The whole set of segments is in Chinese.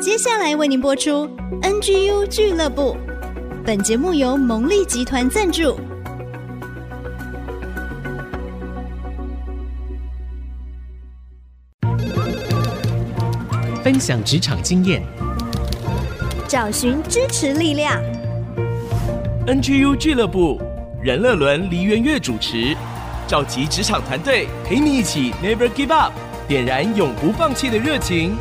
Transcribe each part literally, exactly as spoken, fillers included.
接下来为您播出 N G U 俱乐部，本节目由蒙利集团赞助。 分享职场经验， 找寻支持力量。 N G U 俱乐部，任乐伦、黎元月主持，召集职场团队，陪你一起 Never Give Up， 点燃永不放弃的热情。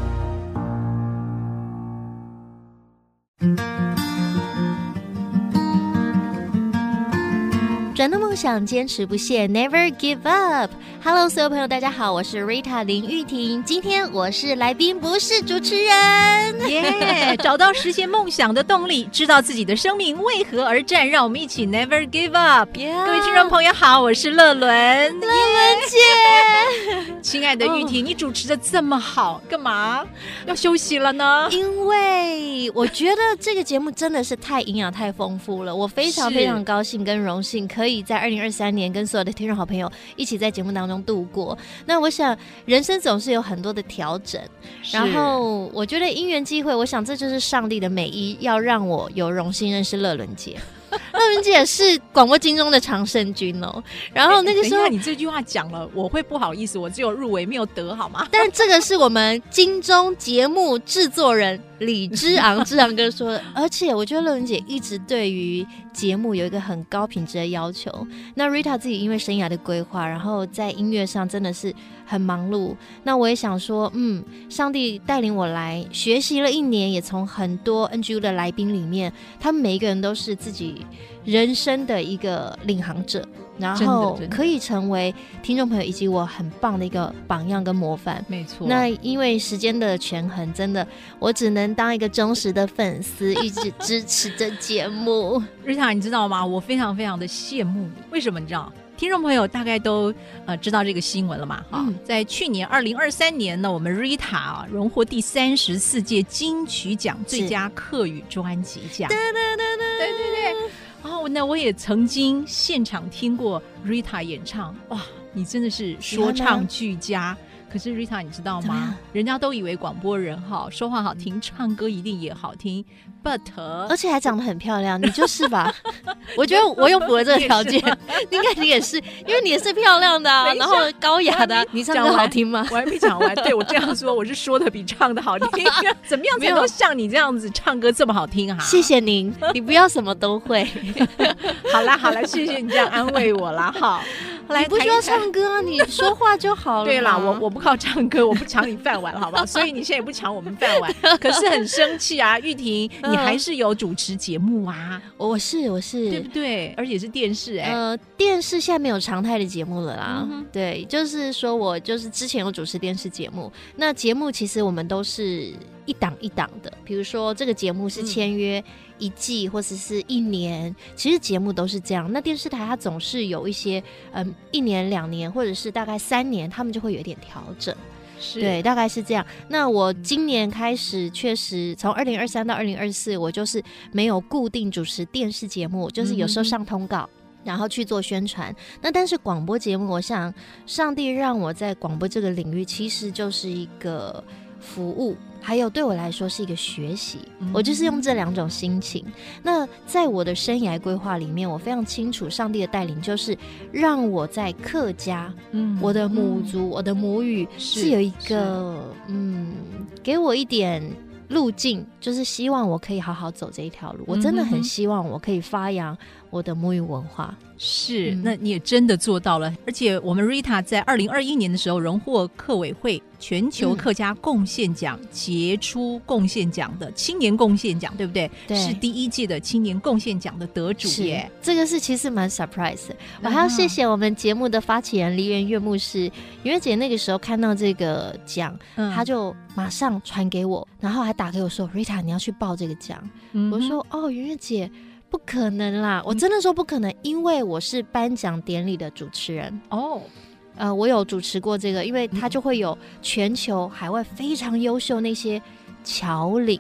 转动梦想，坚持不懈 Never Give Up。Hello， 所有朋友大家好，我是 Rita 林玉婷，今天我是来宾，不是主持人。 耶、yeah, 找到实现梦想的动力，知道自己的生命为何而战，让我们一起 Never Give Up、yeah. 各位听众朋友好，我是乐伦，乐伦姐。 亲爱的玉婷、oh. 你主持的这么好，干嘛要休息了呢？ 因为我觉得这个节目真的是太营养太丰富了，我非常非常高兴跟荣幸可以在二零二三年跟所有的听众好朋友一起在节目当中度过。那我想人生总是有很多的调整，然后我觉得因缘际会，我想这就是上帝的美意，要让我有荣幸认识乐伦姐。乐伦姐是广播金钟的常胜军哦，然后那个时候、 欸、你这句话讲了我会不好意思，我只有入围没有得好吗？ 但这个是我们金钟节目制作人李之昂之昂哥说的，而且我觉得乐伦姐一直对于节目有一个很高品质的要求。那 Rita 自己因为生涯的规划，然后在音乐上真的是很忙碌，那我也想说嗯，上帝带领我来学习了一年，也从很多 N G U 的来宾里面，他们每一个人都是自己人生的一个领航者，然后可以成为听众朋友以及我很棒的一个榜样跟模范。 没错， 那因为时间的权衡，真的我只能当一个忠实的粉丝，一直支持这节目。 Rita 你知道吗，我非常非常的羡慕你，为什么？你知道听众朋友大概都、呃、知道这个新闻了嘛、嗯、在去年二零二三年呢，我们 Rita、啊、荣获第三十四届金曲奖最佳客语专辑奖。对对对，然后呢，我也曾经现场听过 Rita 演唱，哇，你真的是说唱俱佳。可是 Rita 你知道吗？人家都以为广播人好，说话好听，唱歌一定也好听 ，but 而且还长得很漂亮，你就是吧？我觉得我有符合这个条件，应该你也是，因为你也是漂亮的、啊，然后高雅的、啊，你唱歌好听吗？ 我还没讲完，对我这样说，我是说的比唱的好听，怎么样才能像你这样子唱歌这么好听啊？ 谢谢您，你不要什么都会。 好啦好啦，谢谢你这样安慰我啦，好。 你不需要唱歌啊，你说话就好了。 对啦，我我不靠唱歌，我不抢你饭碗，好不好？所以你现在也不抢我们饭碗，可是很生气啊，玉婷，你还是有主持节目啊？ 我是我是， 对不对？而且是电视哎、欸， 呃，电视现在没有常态的节目了啦。 嗯、 对，就是说我就是之前有主持电视节目，那节目其实我们都是一档一档的，比如说这个节目是签约一季或者是一年，其实节目都是这样。那电视台它总是有一些嗯一年两年或者是大概三年，他们就会有一点调整， 是对，大概是这样。那我今年开始确实从二零二三到二零二四，我就是没有固定主持电视节目，就是有时候上通告、嗯、然后去做宣传。那但是广播节目，我想上帝让我在广播这个领域其实就是一个服务，还有对我来说是一个学习、嗯、我就是用这两种心情。那在我的生涯规划里面，我非常清楚上帝的带领就是让我在客家、嗯、我的母族、嗯、我的母语 是, 是有一个嗯，给我一点路径，就是希望我可以好好走这一条路、嗯、我真的很希望我可以发扬我的母语文化。 是、嗯、那你也真的做到了。而且我们 Rita 在二零二一年的时候荣获客委会全球客家贡献奖、嗯、杰出贡献奖的青年贡献奖，对不对？对，是第一届的青年贡献奖的得主耶。 这个是其实蛮 surprise 的。我还要谢谢我们节目的发起人黎元月牧师，元月姐那个时候看到这个奖、嗯、他就马上传给我，然后还打给我说 Rita 你要去报这个奖、嗯、我说哦元月姐不可能啦，我真的说不可能，因为我是颁奖典礼的主持人哦。呃，我有主持过这个，因为它就会有全球海外非常优秀那些侨领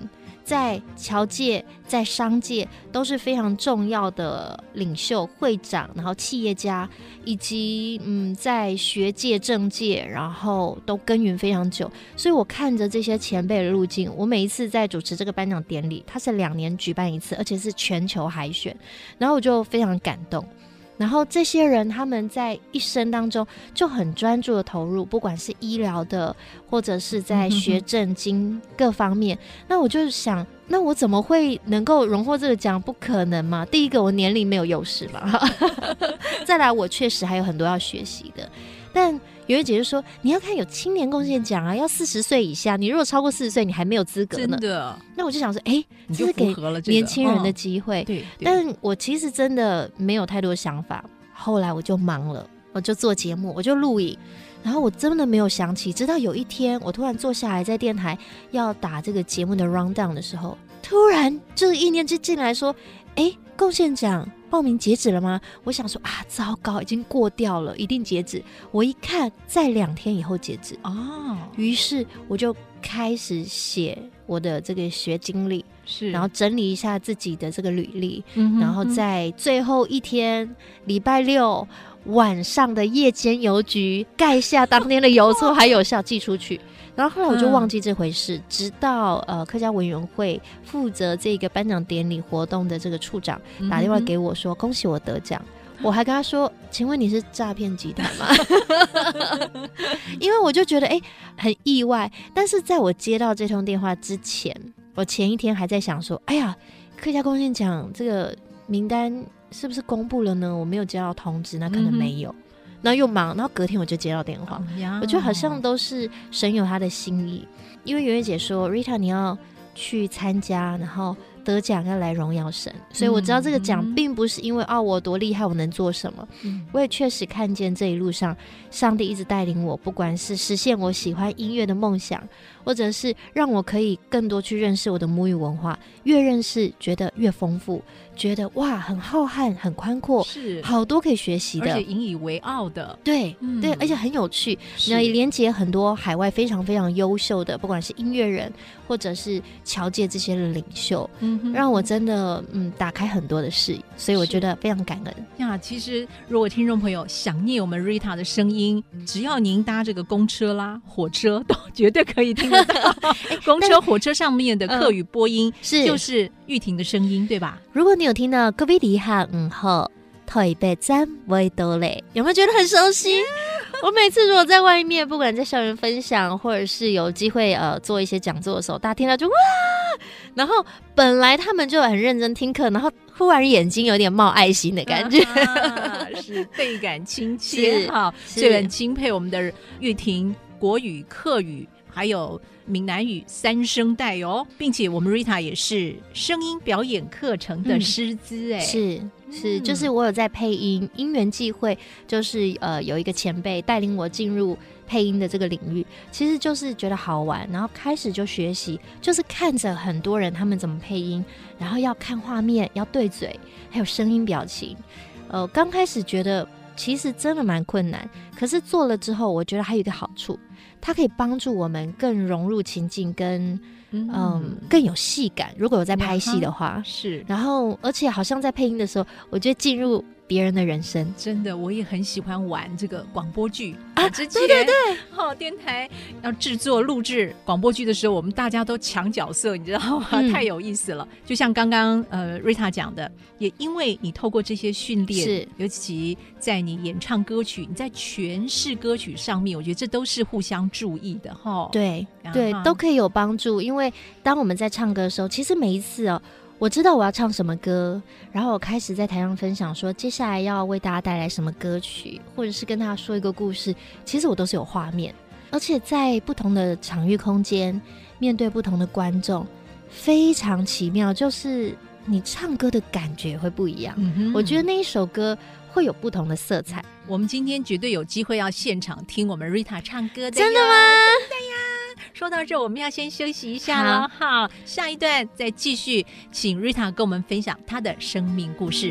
在侨界、在商界都是非常重要的领袖、会长，然后企业家，以及嗯，在学界、政界，然后都耕耘非常久。所以我看着这些前辈的路径，我每一次在主持这个颁奖典礼，它是两年举办一次，而且是全球海选，然后我就非常感动。然后这些人他们在一生当中就很专注的投入，不管是医疗的或者是在学政经各方面、嗯、那我就想，那我怎么会能够荣获这个奖？不可能嘛，第一个我年龄没有优势嘛再来我确实还有很多要学习的。但有一姐就说，你要看有青年贡献奖啊，要四十岁以下，你如果超过四十岁你还没有资格呢。真的。那我就想说，哎、欸，这是给年轻人的机会、这个哦、对, 对。但我其实真的没有太多想法，后来我就忙了，我就做节目，我就录影，然后我真的没有想起，直到有一天我突然坐下来在电台要打这个节目的 rundown 的时候，突然就是一念之进来说，哎，贡献奖报名截止了吗？我想说啊，糟糕，已经过掉了，一定截止。我一看，在两天以后截止哦。于是我就开始写我的这个学经历，是，然后整理一下自己的这个履历、嗯、然后在最后一天礼拜六晚上的夜间邮局盖下当天的邮戳还有效寄出去。然后后来我就忘记这回事、嗯、直到呃客家委员会负责这个颁奖典礼活动的这个处长打电话给我说、嗯、恭喜我得奖。我还跟他说，请问你是诈骗集团吗因为我就觉得哎、欸、很意外。但是在我接到这通电话之前，我前一天还在想说，哎呀，客家贡献奖这个名单是不是公布了呢？我没有接到通知，那可能没有、嗯，然后又忙，然后隔天我就接到电话、嗯、我觉得好像都是神有他的心意。因为圆圆姐说 Rita 你要去参加，然后得奖要来荣耀神，所以我知道这个奖并不是因为、嗯、哦我多厉害我能做什么、嗯、我也确实看见这一路上上帝一直带领我，不管是实现我喜欢音乐的梦想，或者是让我可以更多去认识我的母语文化，越认识觉得越丰富，觉得哇很浩瀚很宽阔，是好多可以学习的， 而且引以为傲的， 对、嗯、对，而且很有趣，那也连接很多海外非常非常优秀的，不管是音乐人或者是侨界这些的领袖、嗯、让我真的嗯打开很多的视野，所以我觉得非常感恩呀。其实如果听众朋友想念我们 Rita 的声音，只要您搭这个公车啦火车都绝对可以听得到公车火车上面的客语播音、嗯、是就是玉婷的声音，对吧？ 如果你有听到各位厉害嗯好台北站维多嘞，有没有觉得很熟悉、yeah. 我每次如果在外面，不管在校园分享或者是有机会呃做一些讲座的时候，大家听到就哇，然后本来他们就很认真听课，然后忽然眼睛有点冒爱心的感觉、 啊、是倍感亲切哈，所以很钦佩我们的玉婷国语、客语还有闽南语三声带哦，并且我们 Rita 也是声音表演课程的师资哎、嗯，是是，就是我有在配音，因缘际会，就是呃有一个前辈带领我进入配音的这个领域，其实就是觉得好玩，然后开始就学习，就是看着很多人他们怎么配音，然后要看画面，要对嘴，还有声音表情。呃，刚开始觉得其实真的蛮困难，可是做了之后，我觉得还有一个好处，它可以帮助我们更融入情境跟。嗯, 嗯，更有戏感。如果有在拍戏的话，是。然后，而且好像在配音的时候，我就进入别人的人生。真的，我也很喜欢玩这个广播剧啊。之前，对对对，好、哦，电台要制作录制广播剧的时候，我们大家都抢角色，你知道吗？嗯、太有意思了。就像刚刚呃 Rita 讲的，也因为你透过这些训练，是，尤其在你演唱歌曲、你在诠释歌曲上面，我觉得这都是互相注意的哈、哦。对对，都可以有帮助。因为当我们在唱歌的时候，其实每一次哦。我知道我要唱什么歌，然后我开始在台上分享说接下来要为大家带来什么歌曲，或者是跟大家说一个故事，其实我都是有画面，而且在不同的场域空间面对不同的观众，非常奇妙，就是你唱歌的感觉会不一样、嗯、我觉得那一首歌会有不同的色彩。我们今天绝对有机会要现场听我们 Rita 唱歌的。真的吗？真的呀。说到这，我们要先休息一下了。好，下一段再继续请 Rita 跟我们分享她的生命故事。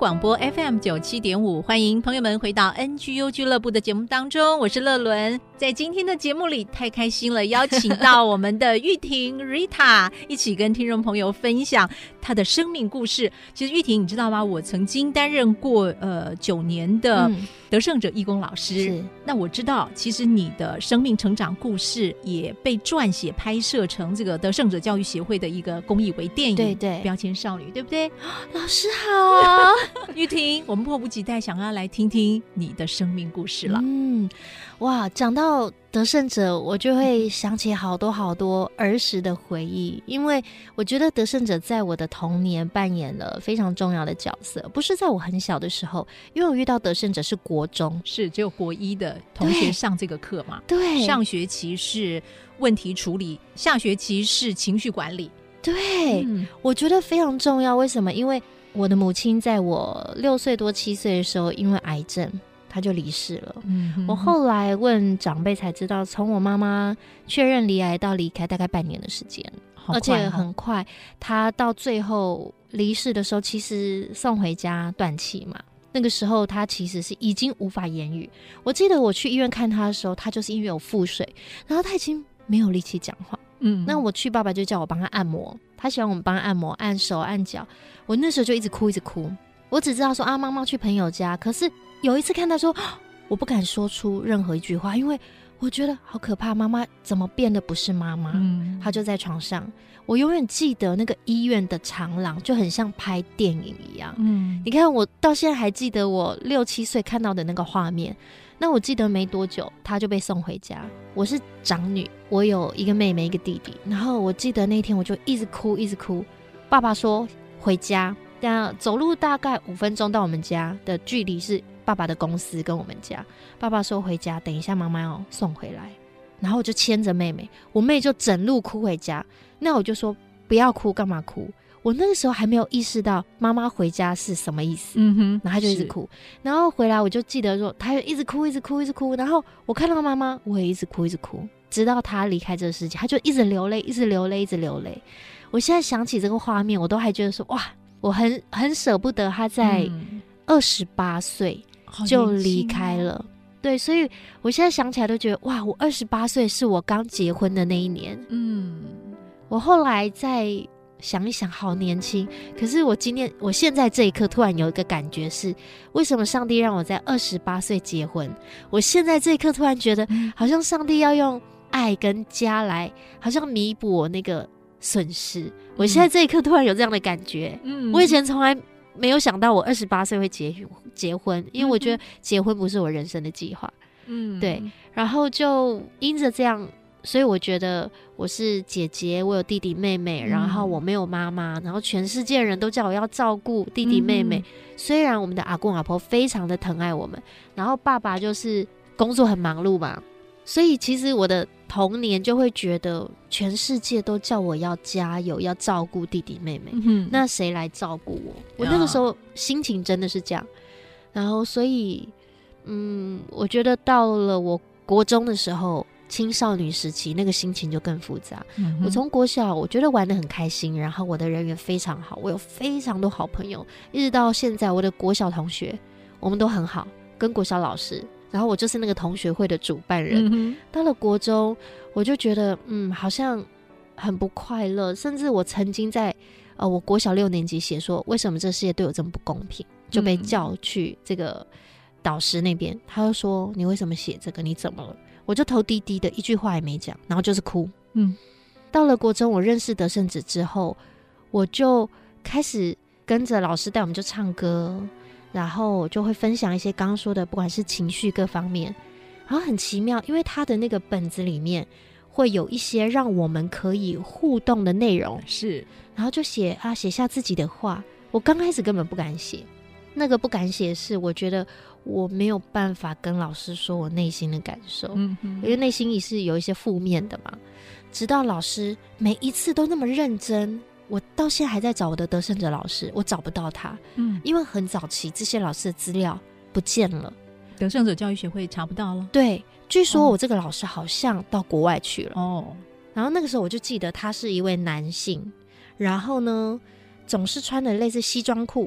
广播 F M 九七点五，欢迎朋友们回到 N G U 俱乐部的节目当中，我是乐伦。在今天的节目里太开心了，邀请到我们的玉婷 Rita 一起跟听众朋友分享她的生命故事。其实玉婷你知道吗，我曾经担任过呃九年的得胜者义工老师、嗯、那我知道其实你的生命成长故事也被撰写拍摄成这个得胜者教育协会的一个公益微电影， 对对， 标签少女，对不对？ 老师好玉婷，我们迫不及待想要来听听你的生命故事了。 嗯，哇，讲到得胜者我就会想起好多好多儿时的回忆，因为我觉得得胜者在我的童年扮演了非常重要的角色，不是在我很小的时候，因为我遇到得胜者是国中， 是只有国一的同学上这个课嘛？ 对， 上学期是问题处理，下学期是情绪管理。 对、嗯、我觉得非常重要。为什么？因为我的母亲在我六岁多七岁的时候因为癌症她就离世了、嗯、哼哼我后来问长辈才知道，从我妈妈确认罹癌到离开大概半年的时间、哦、而且很快她到最后离世的时候其实送回家断气嘛，那个时候她其实是已经无法言语。我记得我去医院看她的时候，她就是因为有腹水，然后她已经没有力气讲话。嗯，那我去爸爸就叫我帮他按摩，他喜欢我们帮他按摩，按手按脚。我那时候就一直哭一直哭，我只知道说啊妈妈去朋友家，可是有一次看他说我不敢说出任何一句话，因为我觉得好可怕，妈妈怎么变得不是妈妈、嗯、他就在床上。我永远记得那个医院的长廊就很像拍电影一样、嗯、你看我到现在还记得我六七岁看到的那个画面。那我记得没多久他就被送回家，我是长女，我有一个妹妹一个弟弟，然后我记得那天我就一直哭一直哭。爸爸说回家，但走路大概五分钟到我们家的距离是爸爸的公司跟我们家。爸爸说回家，等一下妈妈要送回来，然后我就牵着妹妹，我妹就整路哭回家。那我就说不要哭，干嘛哭？我那个时候还没有意识到妈妈回家是什么意思，嗯哼，然后他就一直哭，然后回来我就记得说他就一直哭一直哭一直哭，然后我看到妈妈我也一直哭一直哭，直到他离开这个世界，他就一直流泪一直流泪一直流泪。我现在想起这个画面，我都还觉得说哇，我很很舍不得他在二十八岁就离开了、嗯哦、对，所以我现在想起来都觉得哇，我二十八岁是我刚结婚的那一年。嗯，我后来在想一想好年轻，可是我今天我现在这一刻突然有一个感觉是，为什么上帝让我在二十八岁结婚？我现在这一刻突然觉得好像上帝要用爱跟家来好像弥补我那个损失。我现在这一刻突然有这样的感觉。嗯，我以前从来没有想到我二十八岁会结结婚，因为我觉得结婚不是我人生的计划。嗯，对，然后就因着这样，所以我觉得我是姐姐，我有弟弟妹妹、嗯、然后我没有妈妈，然后全世界人都叫我要照顾弟弟妹妹、嗯、虽然我们的阿公阿婆非常的疼爱我们，然后爸爸就是工作很忙碌嘛，所以其实我的童年就会觉得全世界都叫我要加油要照顾弟弟妹妹、嗯、那谁来照顾我？我那个时候心情真的是这样。然后所以嗯，我觉得到了我国中的时候，青少女时期那个心情就更复杂、嗯、我从国小我觉得玩得很开心，然后我的人缘非常好，我有非常多好朋友，一直到现在我的国小同学我们都很好，跟国小老师，然后我就是那个同学会的主办人、嗯、到了国中我就觉得嗯，好像很不快乐，甚至我曾经在呃，我国小六年级写说为什么这世界对我这么不公平，就被叫去这个导师那边、嗯、他就说你为什么写这个，你怎么了？我就头低低的，一句话也没讲，然后就是哭。嗯，到了国中我认识得胜者之后，我就开始跟着老师带我们就唱歌，然后我就会分享一些刚刚说的不管是情绪各方面，然后很奇妙，因为他的那个本子里面会有一些让我们可以互动的内容，是，然后就写啊写下自己的话。我刚开始根本不敢写，那个不敢写是我觉得我没有办法跟老师说我内心的感受、嗯、因为内心也是有一些负面的嘛。直到老师每一次都那么认真，我到现在还在找我的得胜者老师，我找不到他、嗯、因为很早期这些老师的资料不见了， 得胜者教育协会查不到了。 对，据说我这个老师好像到国外去了哦。然后那个时候我就记得他是一位男性，然后呢总是穿的类似西装裤，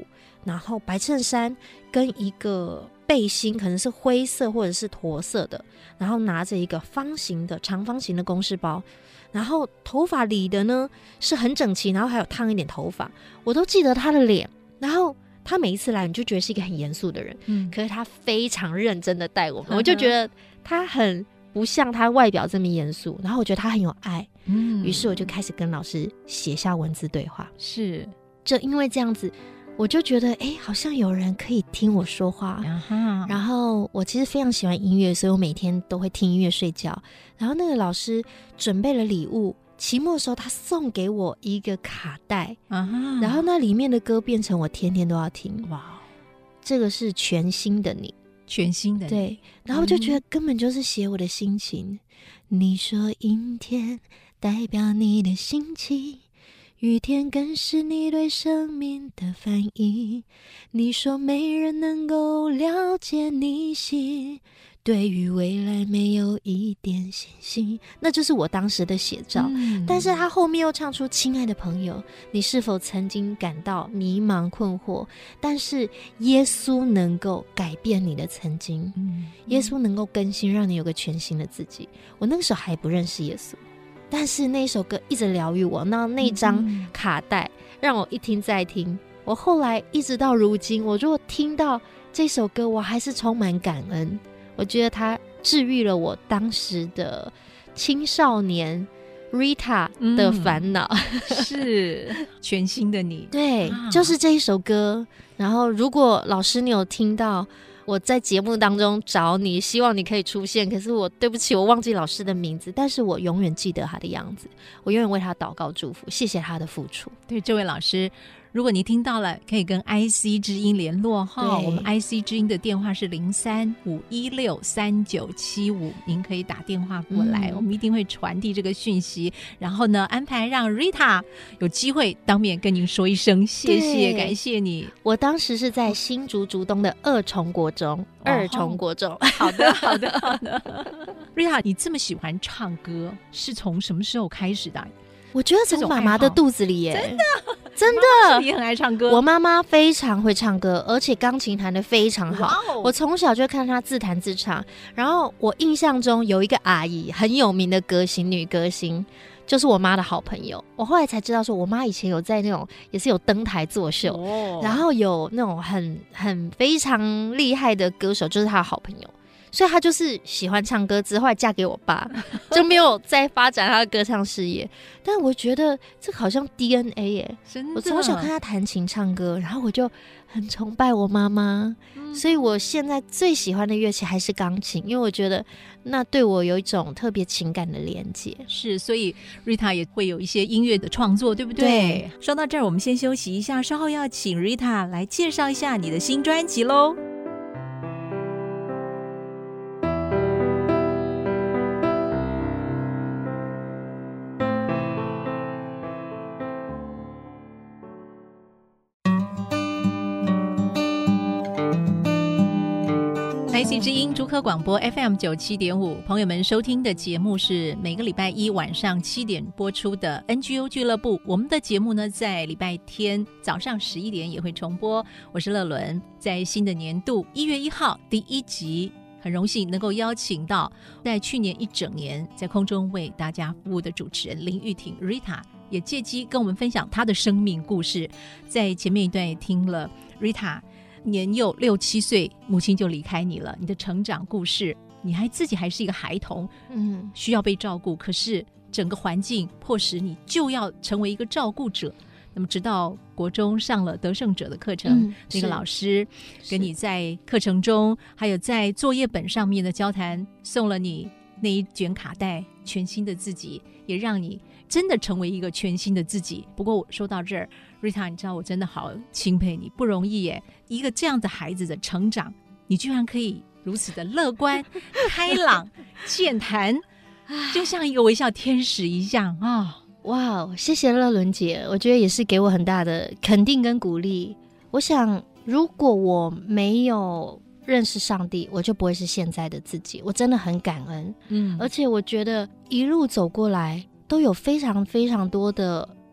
然后白衬衫跟一个背心，可能是灰色或者是驼色的，然后拿着一个方形的长方形的公事包，然后头发理的呢是很整齐，然后还有烫一点头发，我都记得他的脸。然后他每一次来你就觉得是一个很严肃的人、嗯、可是他非常认真的带我们、嗯、我就觉得他很不像他外表这么严肃，然后我觉得他很有爱，嗯，于是我就开始跟老师写下文字对话。 是， 就因为这样子我就觉得哎，好像有人可以听我说话、uh-huh. 然后我其实非常喜欢音乐，所以我每天都会听音乐睡觉。然后那个老师准备了礼物，期末的时候他送给我一个卡带、uh-huh. 然后那里面的歌变成我天天都要听。哇、wow. 这个是全新的你， 全新的你， 对。然后我就觉得根本就是写我的心情、嗯、你说阴天代表你的心情，雨天更是你对生命的反应，你说没人能够了解你心，对于未来没有一点信心，那就是我当时的写照、嗯、但是他后面又唱出亲爱的朋友，你是否曾经感到迷茫困惑，但是耶稣能够改变你的曾经、嗯、耶稣能够更新，让你有个全新的自己。我那个时候还不认识耶稣，但是那首歌一直疗愈我，那那张卡带让我一听再听。我后来一直到如今，我如果听到这首歌我还是充满感恩，我觉得它治愈了我当时的青少年 Rita 的烦恼、 嗯、是全新的你对、啊、就是这一首歌。然后如果老师你有听到我在节目当中找你，希望你可以出现，可是我对不起我忘记老师的名字，但是我永远记得他的样子，我永远为他祷告祝福，谢谢他的付出。 对，这位老师如果你听到了可以跟 I C 之音联络哈，我们 I C 之音的电话是零三五一六三九七五，您可以打电话过来、嗯、我们一定会传递这个讯息，然后呢安排让 Rita 有机会当面跟您说一声谢谢，感谢你。 我当时是在新竹竹东的二重国中、哦、二重国中。 好的好的好的Rita 你这么喜欢唱歌是从什么时候开始的？ 我觉得从妈妈的肚子里耶， 真的真的， 妈妈是不是也很爱唱歌？ 我妈妈非常会唱歌，而且钢琴弹得非常好。Wow. 我从小就看她自弹自唱。然后我印象中有一个阿姨很有名的歌星，女歌星，就是我妈的好朋友。我后来才知道说，我妈以前有在那种也是有登台作秀， oh. 然后有那种很很非常厉害的歌手，就是她的好朋友。所以她就是喜欢唱歌，之后来嫁给我爸，就没有再发展她的歌唱事业。但我觉得这个好像 D N A 耶，真的。我从小看她弹琴唱歌，然后我就很崇拜我妈妈、嗯、所以我现在最喜欢的乐器还是钢琴，因为我觉得那对我有一种特别情感的连接。 是，所以 Rita 也会有一些音乐的创作，对不对？对。说到这儿我们先休息一下，稍后要请 Rita 来介绍一下你的新专辑咯。I C 之音竹科广播 F M 九七点五，朋友们收听的节目是每个礼拜一晚上七点播出的 N G O 俱乐部。我们的节目呢，在礼拜天早上十一点也会重播。我是乐伦，在新的年度一月一号第一集，很荣幸能够邀请到在去年一整年在空中为大家服务的主持人林玉婷 Rita， 也借机跟我们分享她的生命故事。在前面一段也听了 Rita年幼六七岁母亲就离开你了，你的成长故事，你还自己还是一个孩童，嗯，需要被照顾，可是整个环境迫使你就要成为一个照顾者。那么直到国中上了得胜者的课程、嗯、那个老师跟你在课程中还有在作业本上面的交谈，送了你那一卷卡带全新的自己，也让你真的成为一个全新的自己。不过我说到这儿 Rita 你知道我真的好钦佩你，不容易耶，一个这样的孩子的成长，你居然可以如此的乐观开朗健谈，就像一个微笑天使一样啊！ 哇，谢谢乐伦姐，我觉得也是给我很大的肯定跟鼓励。我想如果我没有认识上帝，我就不会是现在的自己，我真的很感恩。嗯，而且我觉得一路走过来都有非常非常多的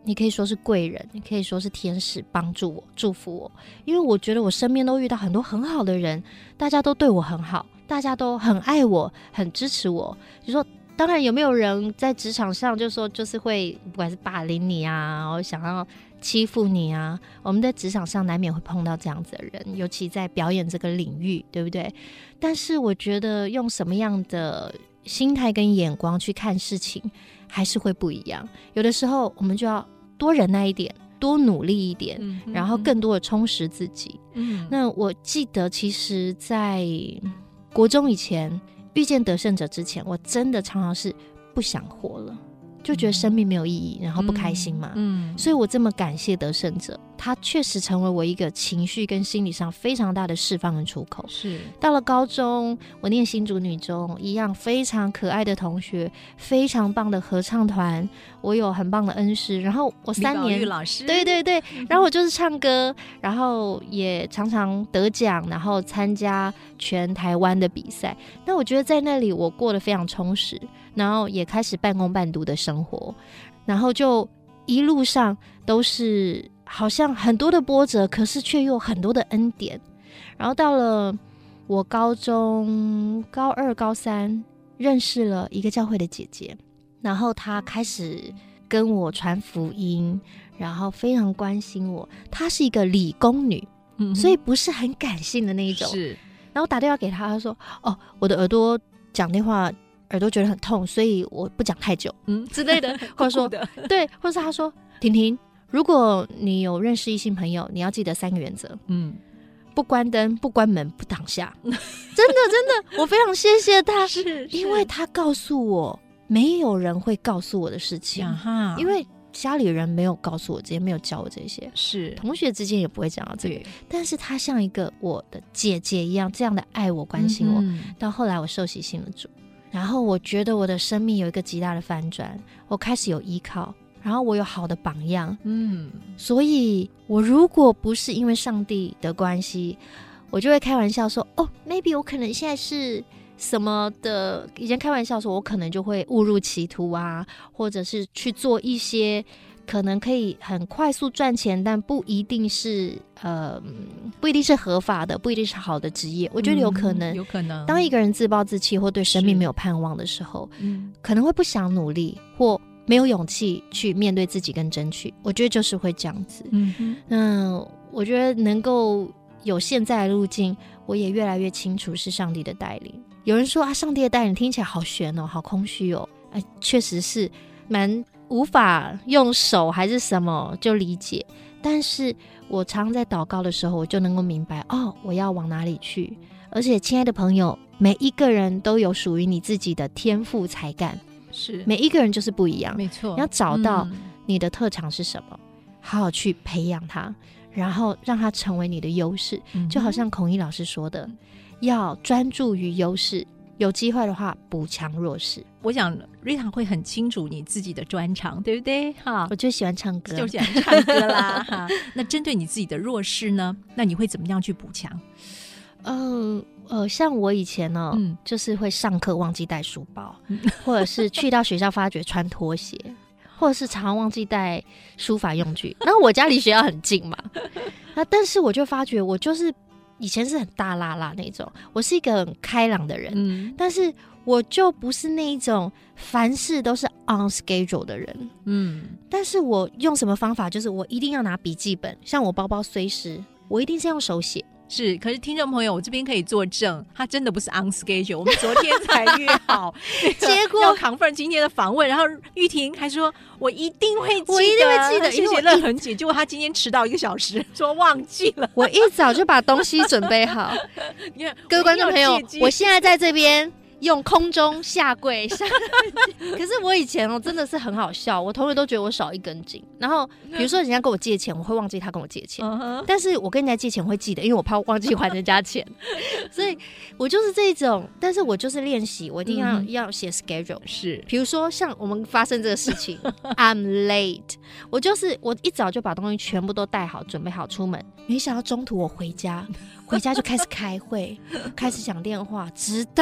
你可以说是贵人，你可以说是天使帮助我祝福我，因为我觉得我身边都遇到很多很好的人，大家都对我很好，大家都很爱我，很支持我。就说当然有没有人在职场上就说就是会不管是霸凌你啊，然后想要欺负你啊，我们在职场上难免会碰到这样子的人，尤其在表演这个领域，对不对？但是我觉得用什么样的心态跟眼光去看事情还是会不一样，有的时候我们就要多忍耐一点，多努力一点、嗯、然后更多的充实自己、嗯、那我记得其实在国中以前遇见得胜者之前，我真的常常是不想活了，就觉得生命没有意义、嗯、然后不开心嘛、嗯、所以我这么感谢得胜者，他确实成为我一个情绪跟心理上非常大的释放跟出口。是到了高中，我念新竹女中，一样非常可爱的同学，非常棒的合唱团，我有很棒的恩师，然后我三年李宝玉老师， 对对对，然后我就是唱歌，然后也常常得奖，然后参加全台湾的比赛。那我觉得在那里我过得非常充实，然后也开始半工半读的生活，然后就一路上都是好像很多的波折，可是却又很多的恩典。然后到了我高中高二高三，认识了一个教会的姐姐，然后她开始跟我传福音，然后非常关心我。她是一个理工女、嗯、所以不是很感性的那一种。是，然后打电话给她，她说哦，我的耳朵讲电话耳朵觉得很痛，所以我不讲太久、嗯、之类的或者说对，或者是她说婷婷，如果你有认识异性朋友，你要记得三个原则，嗯，不关灯，不关门，不挡下。真的真的，我非常谢谢他，是因为他告诉我没有人会告诉我的事情、啊、因为家里人没有告诉我这些，没有教我这些，是同学之间也不会讲到这个，但是他像一个我的姐姐一样，这样的爱我关心我、嗯、到后来我受洗信了主，然后我觉得我的生命有一个极大的翻转，我开始有依靠，然后我有好的榜样，嗯，所以我如果不是因为上帝的关系，我就会开玩笑说，哦 maybe 我可能现在是什么的，以前开玩笑说我可能就会误入歧途啊，或者是去做一些可能可以很快速赚钱，但不一定是呃不一定是合法的，不一定是好的职业。我觉得有可能、嗯、有可能当一个人自暴自弃或对生命没有盼望的时候、嗯、可能会不想努力，或没有勇气去面对自己跟争取，我觉得就是会这样子。嗯哼，那我觉得能够有现在的路径，我也越来越清楚是上帝的带领。有人说啊，上帝的带领听起来好悬哦，好空虚哦，哎，确实是蛮无法用手还是什么就理解，但是我常在祷告的时候，我就能够明白，哦，我要往哪里去。而且亲爱的朋友，每一个人都有属于你自己的天赋才干，是每一个人就是不一样，没错，你要找到你的特长是什么、嗯、好好去培养它，然后让它成为你的优势、嗯、就好像孔毅老师说的，要专注于优势，有机会的话补强弱势。 我想 Rita 会很清楚你自己的专长，对不对？哈， 我就喜欢唱歌， 就喜欢唱歌啦。哈，那针对你自己的弱势呢，那你会怎么样去补强？ 嗯呃，像我以前呢、哦嗯，就是会上课忘记带书包、嗯，或者是去到学校发觉穿拖鞋，或者是常常忘记带书法用具。然后我家离学校很近嘛，那但是我就发觉我就是以前是很大辣辣那种，我是一个很开朗的人、嗯，但是我就不是那一种凡事都是 on schedule 的人。嗯，但是我用什么方法，就是我一定要拿笔记本，像我包包随时，我一定是用手写。 是，可是听众朋友，我这边可以作证，他真的不是 on schedule。我们昨天才约好，结果要 confirm 今天的访问，然后玉婷还说我一定会记得， 我一定会记得， 谢谢乐恒姐。结果他今天迟到一个小时，说忘记了。 我一早就把东西准备好。各位观众朋友，我现在在这边用空中下跪下可是我以前哦真的是很好笑，我同学都觉得我少一根筋。然后比如说人家跟我借钱，我会忘记他跟我借钱、uh-huh. 但是我跟人家借钱我会记得，因为我怕忘记还人家钱所以我就是这种，但是我就是练习，我一定要、嗯、要写 schedule。 是，比如说像我们发生这个事情I'm late， 我就是我一早就把东西全部都带好准备好出门，没想到中途我回家回家就开始开会开始讲电话，直到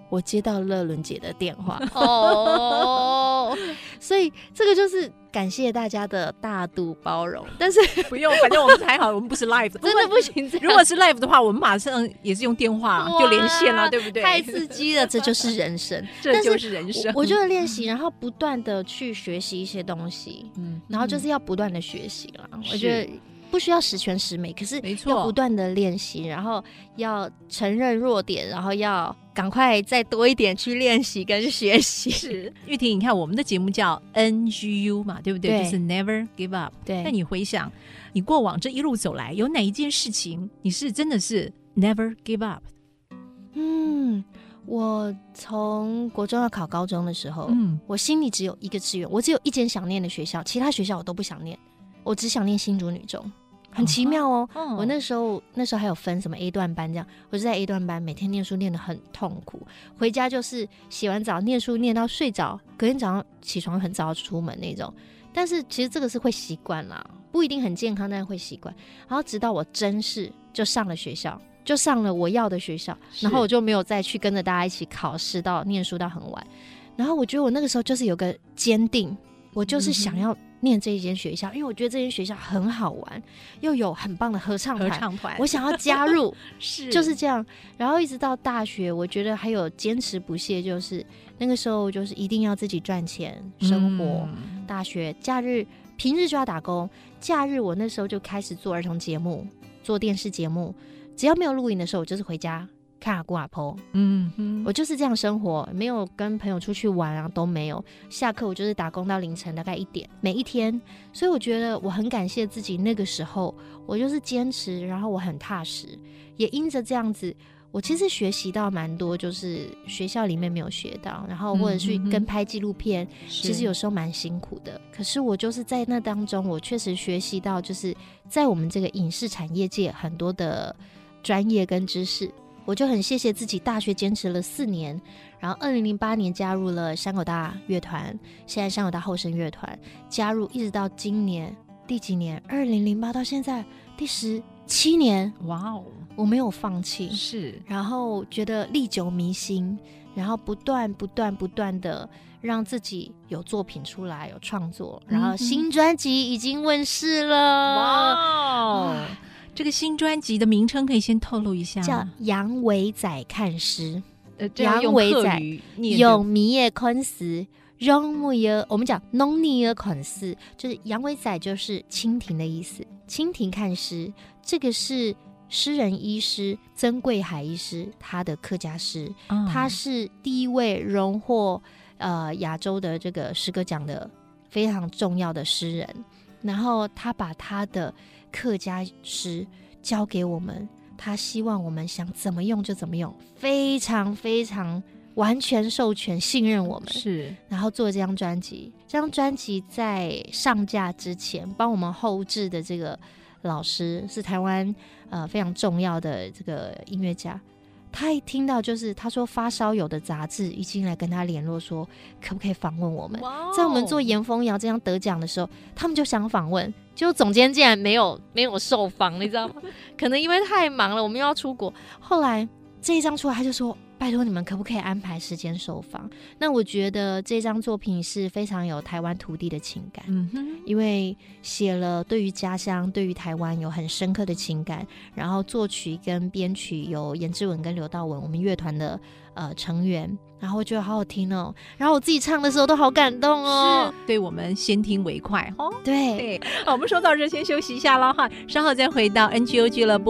我接到乐伦姐的电话哦，所以这个就是感谢大家的大度包容，但是不用，反正我们还好，我们不是 live 的， 真的不行。 如果是 live 的话，我们马上也是用电话就连线了，对不对？ 太刺激了，这就是人生， 这就是人生。 我, 我觉得练习，然后不断的去学习一些东西，嗯，然后就是要不断的学习啦。我觉得不需要十全十美，可是要不断的练习，然后要承认弱点，然后要赶快再多一点去练习跟学习。 是玉婷，你看我们的节目叫 N G U 嘛，对不 对, 对？就是 Never Give Up。 对。 那你回想，你过往这一路走来，有哪一件事情你是真的是 Never Give Up？ 嗯，我从国中要考高中的时候，嗯，我心里只有一个志愿，我只有一间想念的学校，其他学校我都不想念。我只想念新竹女中，很奇妙哦。哦我那时候那时候还有分什么 A 段班这样，我就在 A 段班，每天念书念得很痛苦，回家就是洗完澡念书念到睡着，隔天早上起床很早出门那种。但是其实这个是会习惯啦，不一定很健康，但是会习惯。然后直到我真是就上了学校，就上了我要的学校，然后我就没有再去跟着大家一起考试到念书到很晚。然后我觉得我那个时候就是有个坚定，我就是想要念这一间学校，因为我觉得这间学校很好玩，又有很棒的合唱团， 合唱团我想要加入， 是就是这样。然后一直到大学，我觉得还有坚持不懈，就是那个时候就是一定要自己赚钱生活。嗯、大学假日平日就要打工，假日我那时候就开始做儿童节目，做电视节目，只要没有录影的时候，我就是回家看阿姑阿婆，嗯嗯，我就是这样生活，没有跟朋友出去玩啊，都没有。下课我就是打工到凌晨大概一点，每一天。所以我觉得我很感谢自己那个时候，我就是坚持，然后我很踏实，也因着这样子，我其实学习到蛮多，就是学校里面没有学到，然后或者去跟拍纪录片，嗯、其实有时候蛮辛苦的。可是我就是在那当中，我确实学习到，就是在我们这个影视产业界很多的专业跟知识。我就很谢谢自己，大学坚持了四年，然后二零零八年加入了山口大乐团，现在山口大后生乐团，加入一直到今年第几年？二零零八到现在第十七年，哇哦！我没有放弃， 是， 然后觉得历久弥新，然后不断不断不断的让自己有作品出来，有创作，然后新专辑已经问世了，哇哦！ 这个新专辑的名称可以先透露一下， 叫杨伟仔看诗。 呃，杨伟仔用米叶昆丝，用木叶，我们讲农尼尔昆丝，就是杨伟仔就是蜻蜓的意思。蜻蜓看诗，这个是诗人医师曾贵海医师他的客家诗，嗯、他是第一位荣获呃亚洲的这个诗歌奖的非常重要的诗人。然后他把他的客家诗交给我们，他希望我们想怎么用就怎么用，非常非常完全授权信任我们， 是。 然后做这张专辑，这张专辑在上架之前帮我们后制的这个老师是台湾呃非常重要的这个音乐家，他一听到就是他说发烧友的杂志已经来跟他联络说可不可以访问我们， wow. 在我们做严风谣这样得奖的时候，他们就想访问，就总监竟然没有没有受访，你知道吗？可能因为太忙了，我们又要出国。后来这一张出来，他就说拜托你们可不可以安排时间受访。那我觉得这张作品是非常有台湾土地的情感，嗯哼，因为写了对于家乡对于台湾有很深刻的情感，然后作曲跟编曲有颜志文跟刘道文我们乐团的呃成员，然后我觉得好好听哦，然后我自己唱的时候都好感动哦， 是，对，我们先听为快哦。 对对，好，我们说到这先休息一下了哈，稍后再回到 N G O 俱乐部。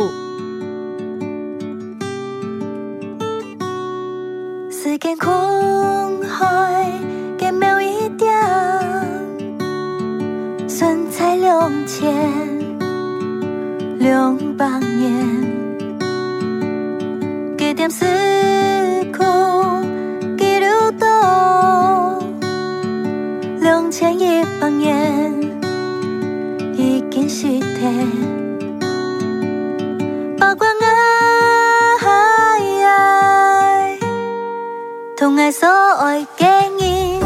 時間空開嘅某一點，身在兩千兩百年嘅點時空嘅流動，兩千一百年已經是天，包括我同愛所愛嘅人，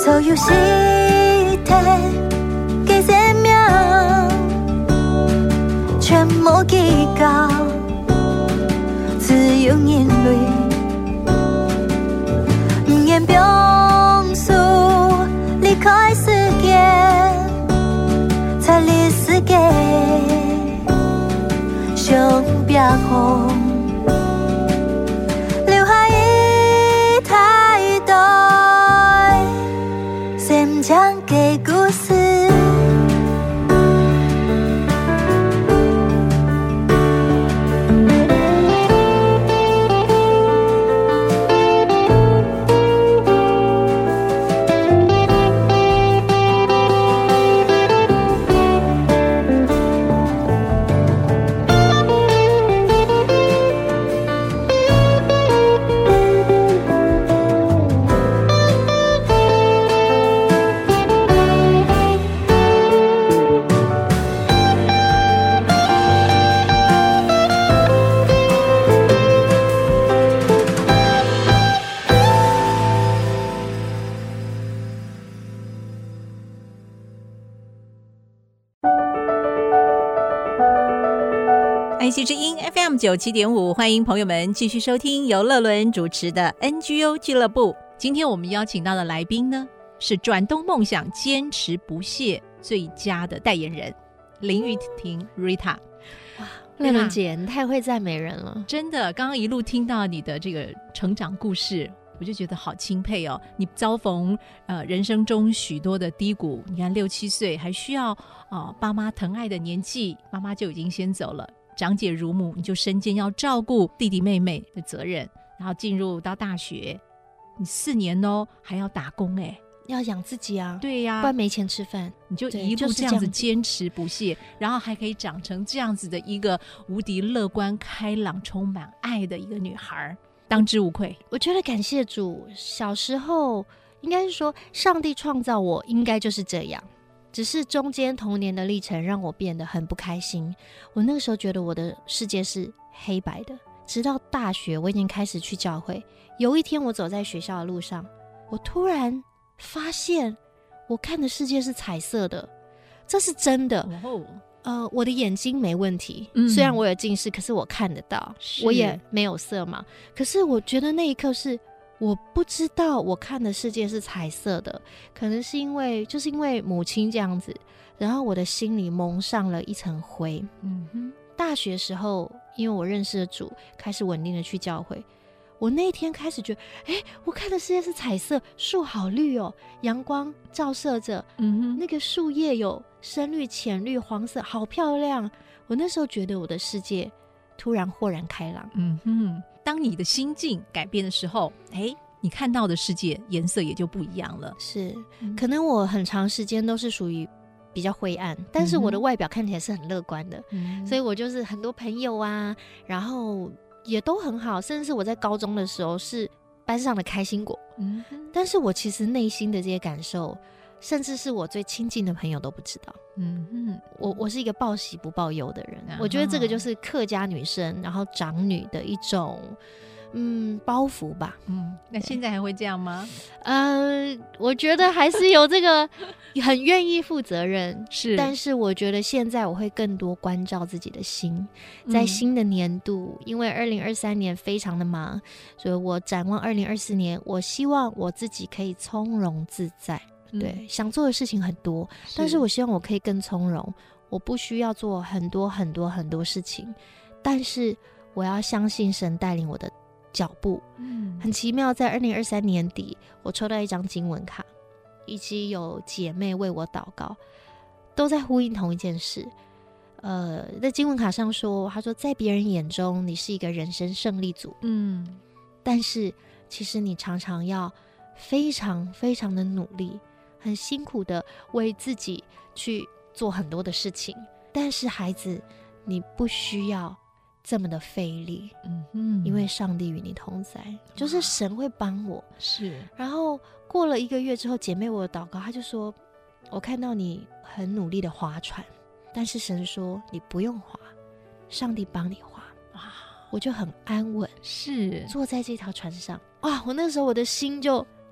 所有事体嘅生命，全无计较，只有眼泪。不愿表述离开世界，才离世界上壁空。讲嘅故事， 爱惜之音 F M 九七点五，欢迎朋友们继续收听由乐伦主持的 N G O 俱乐部。今天我们邀请到的来宾呢，是转动梦想坚持不懈最佳的代言人林玉婷 Rita。 哇，乐伦姐你太会赞美人了， 真的，刚刚一路听到你的这个成长故事，我就觉得好钦佩哦。你遭逢呃人生中许多的低谷，你看六七岁还需要呃爸妈疼爱的年纪，妈妈就已经先走了，长姐如母，你就身兼要照顾弟弟妹妹的责任，然后进入到大学，你四年哦还要打工哎， 要养自己啊， 对呀、啊， 不然没钱吃饭。 你就一路这样子坚持不懈，然后还可以长成这样子的一个无敌乐观开朗充满爱的一个女孩，当之无愧。 我觉得感谢主，小时候应该是说上帝创造我应该就是这样，只是中间童年的历程让我变得很不开心。我那个时候觉得我的世界是黑白的，直到大学我已经开始去教会。有一天我走在学校的路上，我突然发现我看的世界是彩色的，这是真的。 哦， 呃，我的眼睛没问题、 嗯、 虽然我有近视，可是我看得到，我也没有色盲。可是我觉得那一刻是我不知道我看的世界是彩色的，可能是因为就是因为母亲这样子，然后我的心里蒙上了一层灰。 嗯哼， 大学时候因为我认识了主，开始稳定的去教会，我那一天开始觉得哎，我看的世界是彩色，树好绿哦，阳光照射着、嗯、哼那个树叶有深绿浅绿黄色，好漂亮。我那时候觉得我的世界突然豁然开朗。 嗯哼，当你的心境改变的时候，哎，你看到的世界颜色也就不一样了。 是、嗯、可能我很长时间都是属于比较灰暗，但是我的外表看起来是很乐观的、嗯、所以我就是很多朋友啊，然后也都很好，甚至是我在高中的时候是班上的开心果、嗯、但是我其实内心的这些感受，甚至是我最亲近的朋友都不知道。嗯嗯，我我是一个报喜不报忧的人、啊、我觉得这个就是客家女生然后长女的一种嗯包袱吧。 嗯，那现在还会这样吗？ 呃，我觉得还是有这个很愿意负责任是， 但是我觉得现在我会更多关照自己的心。在新的年度、嗯、因为二零二三年非常的忙，所以我展望二零二四年，我希望我自己可以从容自在。对、嗯，想做的事情很多，但是我希望我可以更从容，我不需要做很多很多很多事情，但是我要相信神带领我的脚步。嗯，很奇妙，在二零二三年底我抽到一张经文卡，以及有姐妹为我祷告，都在呼应同一件事。呃，在经文卡上说，他说在别人眼中你是一个人生胜利组，嗯，但是其实你常常要非常非常的努力，很辛苦的为自己去做很多的事情，但是孩子，你不需要这么的费力，嗯嗯，因为上帝与你同在，就是神会帮我。 是， 然后过了一个月之后，姐妹我祷告，她就说，我看到你很努力的划船，但是神说你不用划，上帝帮你划。哇，我就很安稳， 是坐在这条船上。哇，我那时候我的心就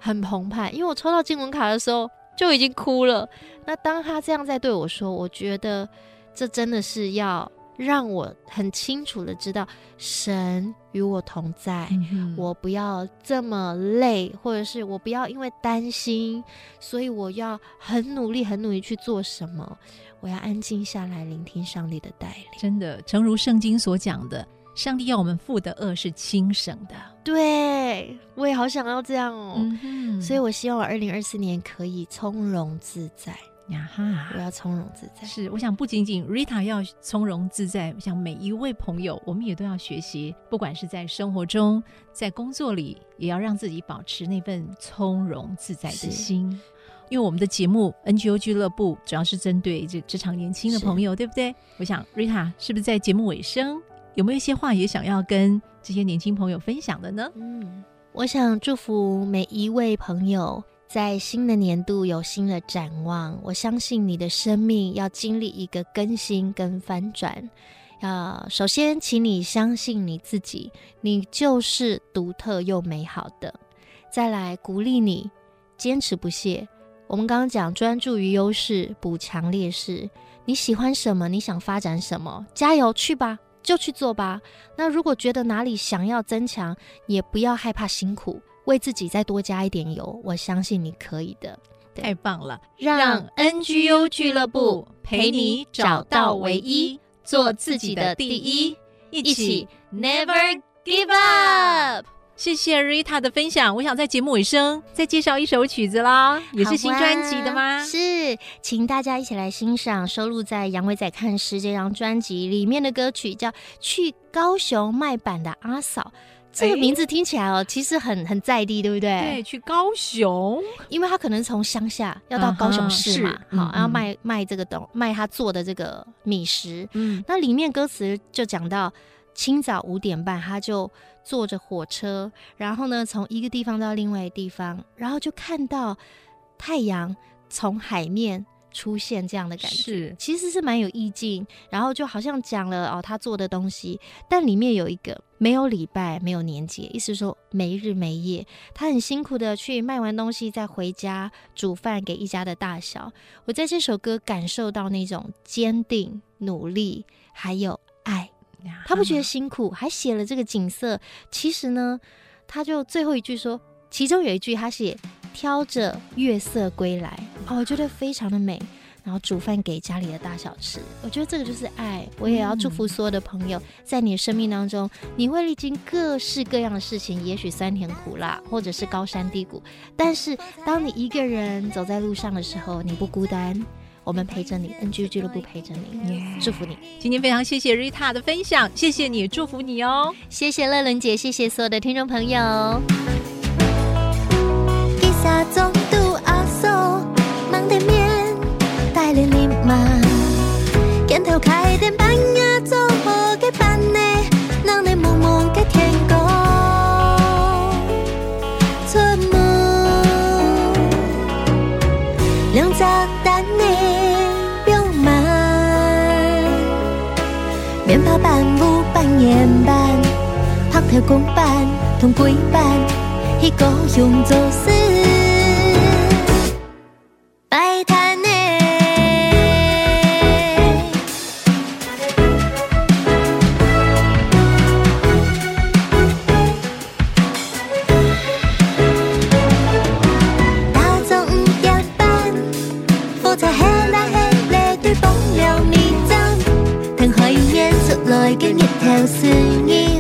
很澎湃，因为我抽到经文卡的时候就已经哭了。那当他这样在对我说，我觉得这真的是要让我很清楚的知道神与我同在、嗯、我不要这么累，或者是我不要因为担心所以我要很努力很努力去做什么，我要安静下来聆听上帝的带领。 真的诚如圣经所讲的，上帝要我们负的恶是轻省的。 对，我也好想要这样哦、 嗯、 所以我希望我二零二四年可以从容自在呀哈， 我要从容自在。 是，我想不仅仅 Rita 要从容自在，我想每一位朋友我们也都要学习，不管是在生活中在工作里，也要让自己保持那份从容自在的心。因为我们的节目 N G O 俱乐部主要是针对这职场年轻的朋友，对不对？我想 Rita 是不是在节目尾声有没有一些话也想要跟这些年轻朋友分享的呢？ 嗯，我想祝福每一位朋友在新的年度有新的展望，我相信你的生命要经历一个更新跟翻转。呃，首先请你相信你自己，你就是独特又美好的。再来鼓励你坚持不懈，我们刚刚讲专注于优势，补强劣势，你喜欢什么，你想发展什么，加油去吧，就去做吧。那如果觉得哪里想要增强，也不要害怕辛苦，为自己再多加一点油，我相信你可以的。 太棒了， 让 N G O 俱乐部陪你找到唯一，做自己的第一，一起 Never Give Up。 谢谢 Rita 的分享。我想在节目尾声再介绍一首曲子啦，也是新专辑的吗？ 是，请大家一起来欣赏收录在杨伟仔看诗这张专辑里面的歌曲，叫《去高雄卖板的阿嫂》。这个名字听起来哦，其实很很在地，对不对？ 对，去高雄， 因为他可能从乡下要到高雄市嘛，好、 嗯， 然后卖卖这个东卖他做的这个米食。 嗯， 那里面歌词就讲到，清早五点半他就坐着火车，然后呢从一个地方到另外一个地方，然后就看到太阳从海面出现，这样的感觉是其实是蛮有意境，然后就好像讲了哦他做的东西，但里面有一个没有礼拜没有年节，意思说没日没夜，他很辛苦的去卖完东西再回家煮饭给一家的大小。我在这首歌感受到那种坚定努力还有爱，他不觉得辛苦，还写了这个景色。其实呢他就最后一句说，其中有一句他写挑着月色归来，哦，我觉得非常的美，然后煮饭给家里的大小吃，我觉得这个就是爱。我也要祝福所有的朋友、嗯、在你的生命当中，你会历经各式各样的事情，也许酸甜苦辣或者是高山低谷，但是当你一个人走在路上的时候，你不孤单，我们陪着你， N G O 俱乐部陪着你、yeah. 祝福你。 今天非常谢谢 Rita 的分享，谢谢你，祝福你哦。 谢谢乐伦姐，谢谢所有的听众朋友。 沙中度阿嫂忙得面带了你嘛，镜头开灯半夜做好嘅班呢，让你蒙蒙嘅天空出门，两只蛋的表慢，面包板舞扮演班，拍條公班同鬼班，去高雄做事。摆摊呢，大中午点半，火車黑來黑來對崩了你站，等海燕出來嘅日頭事業。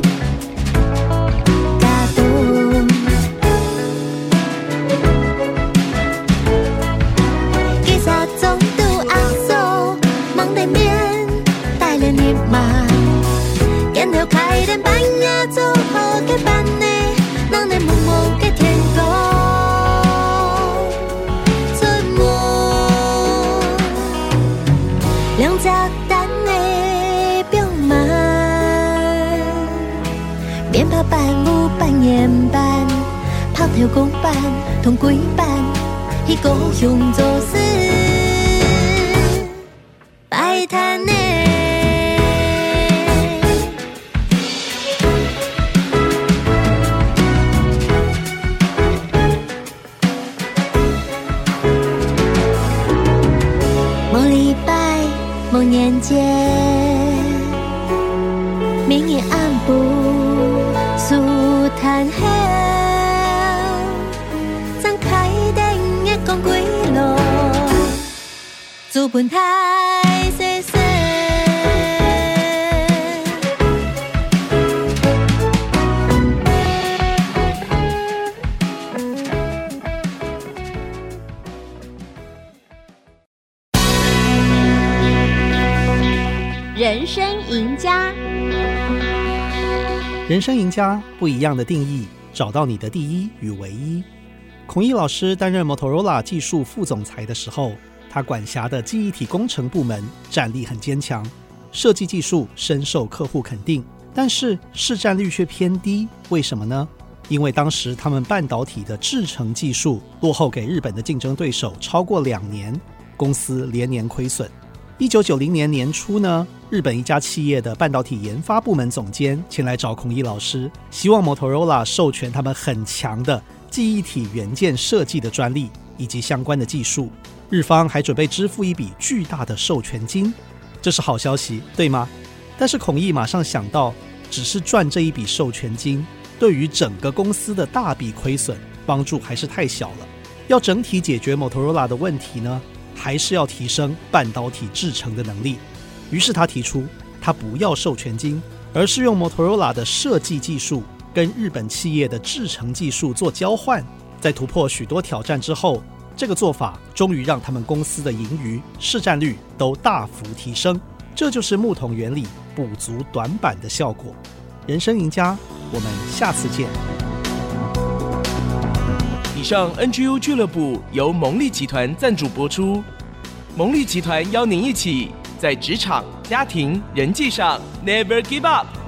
開燈半夜做好嘅班呢，讓你蒙蒙嘅天空出門，兩隻蛋的表慢，面包班舞扮演班，拍條公班同鬼班，去高雄做事，擺攤呢。 节，明月暗部树叹息，张开灯的光归路，资本太细细。 人生赢家， 人生赢家不一样的定义，找到你的第一与唯一。孔毅老师担任 Motorola 技术副总裁的时候，他管辖的记忆体工程部门战力很坚强，设计技术深受客户肯定，但是市占率却偏低。为什么呢？因为当时他们半导体的制程技术落后给日本的竞争对手超过两年，公司连年亏损。一九九零年年初呢，日本一家企业的半导体研发部门总监前来找孔毅老师，希望 Motorola 授权他们很强的记忆体元件设计的专利以及相关的技术，日方还准备支付一笔巨大的授权金。这是好消息，对吗？但是孔毅马上想到，只是赚这一笔授权金，对于整个公司的大笔亏损帮助还是太小了。要整体解决 Motorola 的问题呢，还是要提升半导体制程的能力。于是他提出，他不要授权金，而是用 Motorola 的设计技术跟日本企业的制程技术做交换。在突破许多挑战之后，这个做法终于让他们公司的盈余、市占率都大幅提升。这就是木桶原理补足短板的效果。人生赢家，我们下次见。 以上 N G U 俱乐部由蒙利集团赞助播出。蒙利集团邀您一起在职场、家庭、人际上 Never Give Up。